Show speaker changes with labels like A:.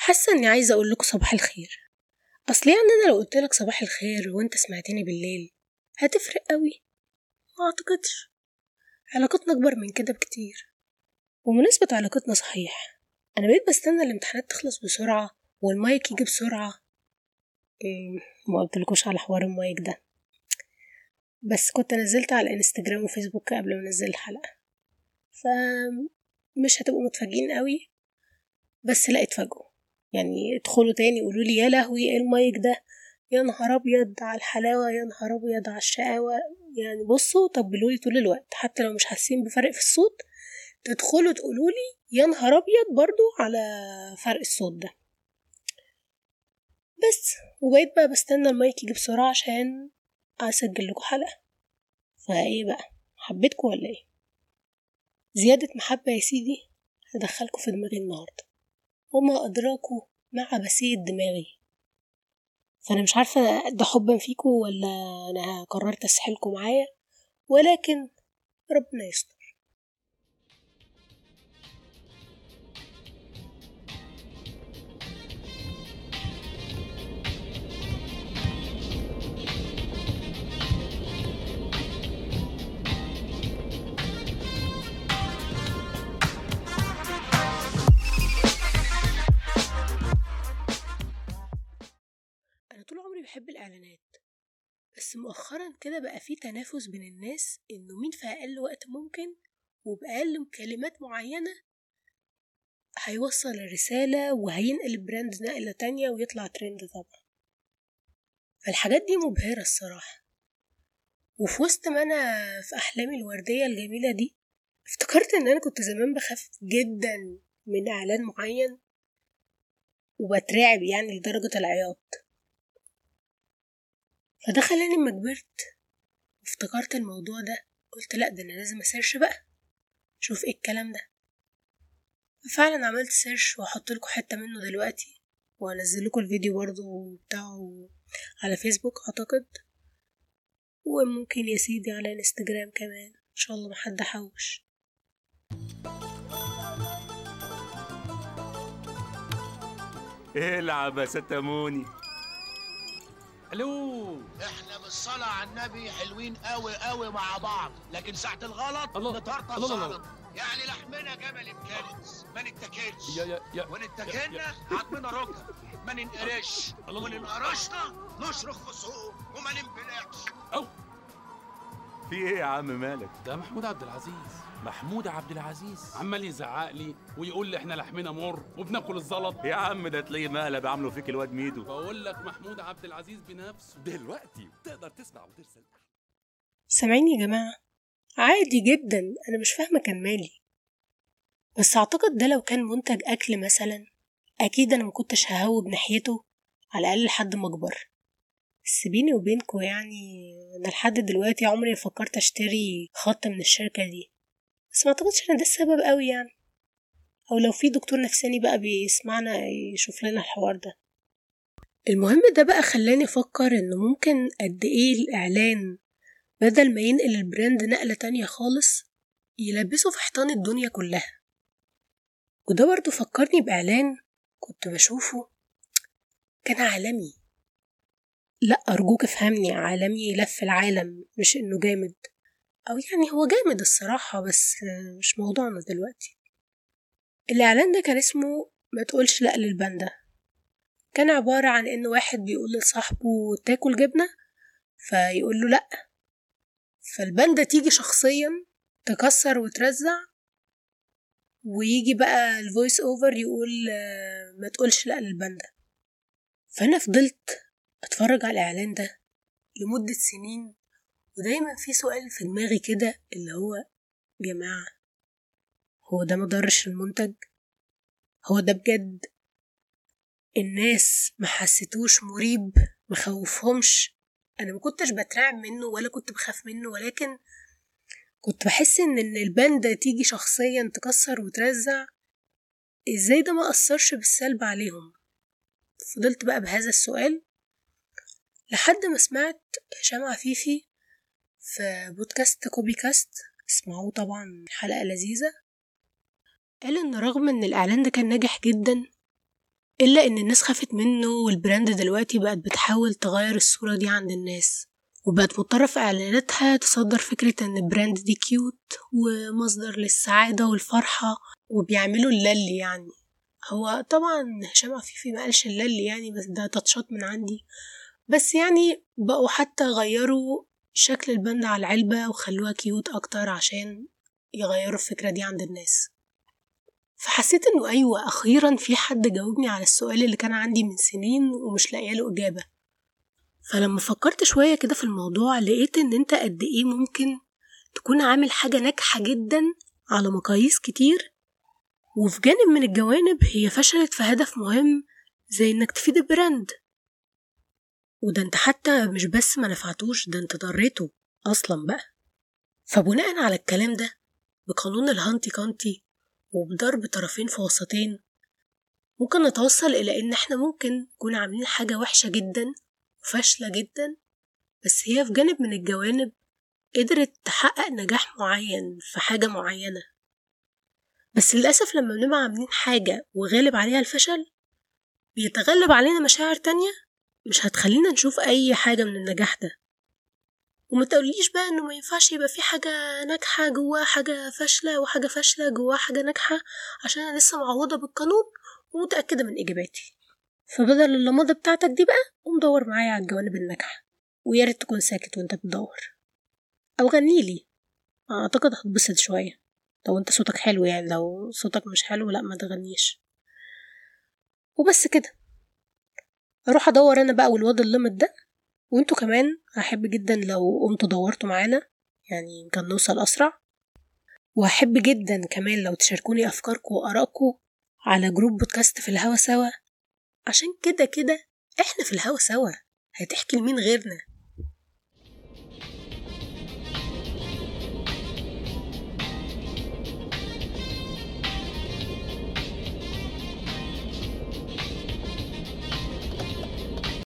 A: حاسة اني عايزة اقول لكم صباح الخير. اصل يعني انا لو قلت لك صباح الخير وانت سمعتني بالليل هتفرق قوي؟ ما اعتقدش. علاقتنا اكبر من كده بكتير. ومناسبة علاقتنا صحيح، انا بقيت بستنى الامتحانات تخلص بسرعة والمايك يجي بسرعة. ما قلتلكوش على حوار المايك ده، بس كنت نزلت على انستجرام وفيسبوك قبل ما انزل الحلقة، فمش هتبقوا متفاجئين قوي، بس لا اتفاجئوا. يعني ادخلوا تاني قولوا لي يا لهوي ايه المايك ده، يا نهار ابيض على الحلاوه، يا نهار ابيض على الشقاوه. يعني بصوا طبلوا لي طول الوقت حتى لو مش حاسين بفرق في الصوت، تدخلوا تقولوا لي يا نهار ابيض برضو على فرق الصوت ده. بس وبقيت بقى بستنى المايك يجي بسرعه عشان اسجل لكم حلقه. فايه بقى، حبيتكم ولا ايه؟ زياده محبه يا سيدي هدخلكم في دماغي النهارده، وما ادراكوا مع عبثيه دماغي. فأنا مش عارفة ده حبا فيكو ولا أنا قررت أسحلكم معايا، ولكن ربنا يستر. أنا طول عمري بحب الإعلانات، بس مؤخرا كده بقى في تنافس بين الناس إنه مين في أقل وقت ممكن وبأقل كلمات معينة هيوصل الرسالة وهينقل البراند نقلة تانية ويطلع ترند طبعا. فالحاجات دي مبهرة الصراحة. وفي وسط ما أنا في أحلامي الوردية الجميلة دي، افتكرت إن أنا كنت زمان بخاف جدا من إعلان معين وبترعب يعني لدرجة العياط. فده خلاني لما كبرت وافتكرت الموضوع ده قلت لأ، ده أنا لازم أسيرش بقى شوف ايه الكلام ده. ففعلا عملت سيرش وهحط لكم حتة منه دلوقتي، وهنزل لكم الفيديو برضو بتاعه على فيسبوك اعتقد، وممكن يا سيدي على انستجرام كمان ان شاء الله محد حوش.
B: العب يا ستموني.
C: الو،
D: احنا بالصلاة على النبي حلوين قوي قوي مع بعض، لكن ساعة الغلط
C: الله
D: نطرطش
C: الله الله
D: غلط. يعني لحمنا جمل مكلس ما نتاكلش،
C: يا
D: ونتاكلنا عضمنا ركب ما ننقرش،
C: الله.
D: وننقرشنا نشرخ في سوق وما ننبلعش.
C: أو
B: في ايه يا عم مالك؟
C: ده محمود عبد العزيز عمال يزعق لي ويقول لي احنا لحمنا مر وبناكل الزلط.
B: يا عم ده تلاقيه مقلب عامله فيك الواد ميدو.
C: بقول لك محمود عبد العزيز بنفسه.
B: دلوقتي تقدر تسمع وترسل.
A: سامعين يا جماعة؟ عادي جدا، انا مش فاهمة كان مالي. بس اعتقد ده لو كان منتج اكل مثلا اكيد انا مكنتش ههوب ناحيته على الاقل لحد ما اكبر. بس بيني وبينكوا يعني انا لحد دلوقتي عمري ما فكرت اشتري خط من الشركة دي، بس ما اعتقدش ان ده السبب قوي يعني. او لو في دكتور نفساني بقى بيسمعنا يشوف لنا الحوار ده. المهم ده بقى خلاني افكر انه ممكن قد ايه الاعلان بدل ما ينقل البراند نقلة تانية خالص يلبسه في حيطان الدنيا كلها. وده برضو فكرني باعلان كنت بشوفه كان عالمي. لا أرجوك افهمني، عالمي لف العالم، مش إنه جامد، أو يعني هو جامد الصراحة بس مش موضوعنا دلوقتي. الإعلان ده كان اسمه ما تقولش لأ للباندا. كان عبارة عن إن واحد بيقول لصاحبه تاكل جبنة فيقول له لأ، فالباندا تيجي شخصيا تكسر وترزع، ويجي بقى الفويس اوفر يقول ما تقولش لأ للباندا. فأنا فضلت أتفرج على الإعلان ده لمدة سنين، ودايما في سؤال في دماغي كده اللي هو جماعة، هو ده مضرش المنتج؟ هو ده بجد الناس ما حسيتوش مريب مخوفهمش؟ انا ما كنتش بترعب منه ولا كنت بخاف منه، ولكن كنت بحس ان الباندا تيجي شخصيا تكسر وترزع، ازاي ده ما أثرش بالسلب عليهم؟ فضلت بقى بهذا السؤال لحد ما سمعت هشام عفيفي في بودكاست كوبي كاست، اسمعوه طبعا، حلقة لذيذة. قال ان رغم ان الاعلان ده كان ناجح جدا إلا إن الناس خافت منه، والبراند دلوقتي بقت بتحاول تغير الصورة دي عند الناس، وبقت مضطرة في إعلاناتها تصدر فكرة إن البراند دي كيوت ومصدر للسعادة والفرحة، وبيعملوا اللي يعني. هو طبعا هشام عفيفي ما قالش اللي يعني، بس ده تاتشات من عندي. بس يعني بقوا حتى غيروا شكل البند على العلبة وخلوها كيوت أكتر عشان يغيروا الفكرة دي عند الناس. فحسيت إنه أيوة، أخيرا في حد جاوبني على السؤال اللي كان عندي من سنين ومش لاقيه له إجابة. فلما فكرت شوية كده في الموضوع لقيت إن أنت قد إيه ممكن تكون عامل حاجة ناجحة جدا على مقاييس كتير، وفي جانب من الجوانب هي فشلت في هدف مهم زي إنك تفيد البراند. وده أنت حتى مش بس ما نفعتوش، ده أنت ضريته أصلا بقى. فبناء على الكلام ده، بقانون الهانتي كانتي وبضرب طرفين في وسطين، ممكن نتوصل إلى إن إحنا ممكن نكون عاملين حاجة وحشة جدا وفاشلة جدا، بس هي في جانب من الجوانب قدرت تحقق نجاح معين في حاجة معينة. بس للأسف لما بنبقى عاملين حاجة وغالب عليها الفشل، بيتغلب علينا مشاعر تانية مش هتخلينا نشوف أي حاجة من النجاح ده. وما تقوليش بقى إنه ما ينفعش يبقى في حاجة ناجحة جواها حاجة فاشلة، وحاجة فاشلة جواها حاجة ناجحة، عشان أنا لسه معوضة بالقانون ومتأكدة من إجاباتي. فبدل اللمضة بتاعتك دي بقى قوم دور معايا على الجوانب الناجحة، وياريت تكون ساكت وانت بتدور، أو غنيلي، أعتقد هتبسط شوية لو انت صوتك حلو. يعني لو صوتك مش حلو لأ ما تغنيش. وبس كده، أروح أدور أنا بقى والواد اللمض ده، وانتوا كمان هحب جدا لو قمتوا دورتوا معانا، يعني يمكن نوصل أسرع. وهحب جدا كمان لو تشاركوني أفكاركم وآرائكم على جروب بودكاست في الهوا سوا، عشان كده احنا في الهوا سوا، هتحكي لمين غيرنا؟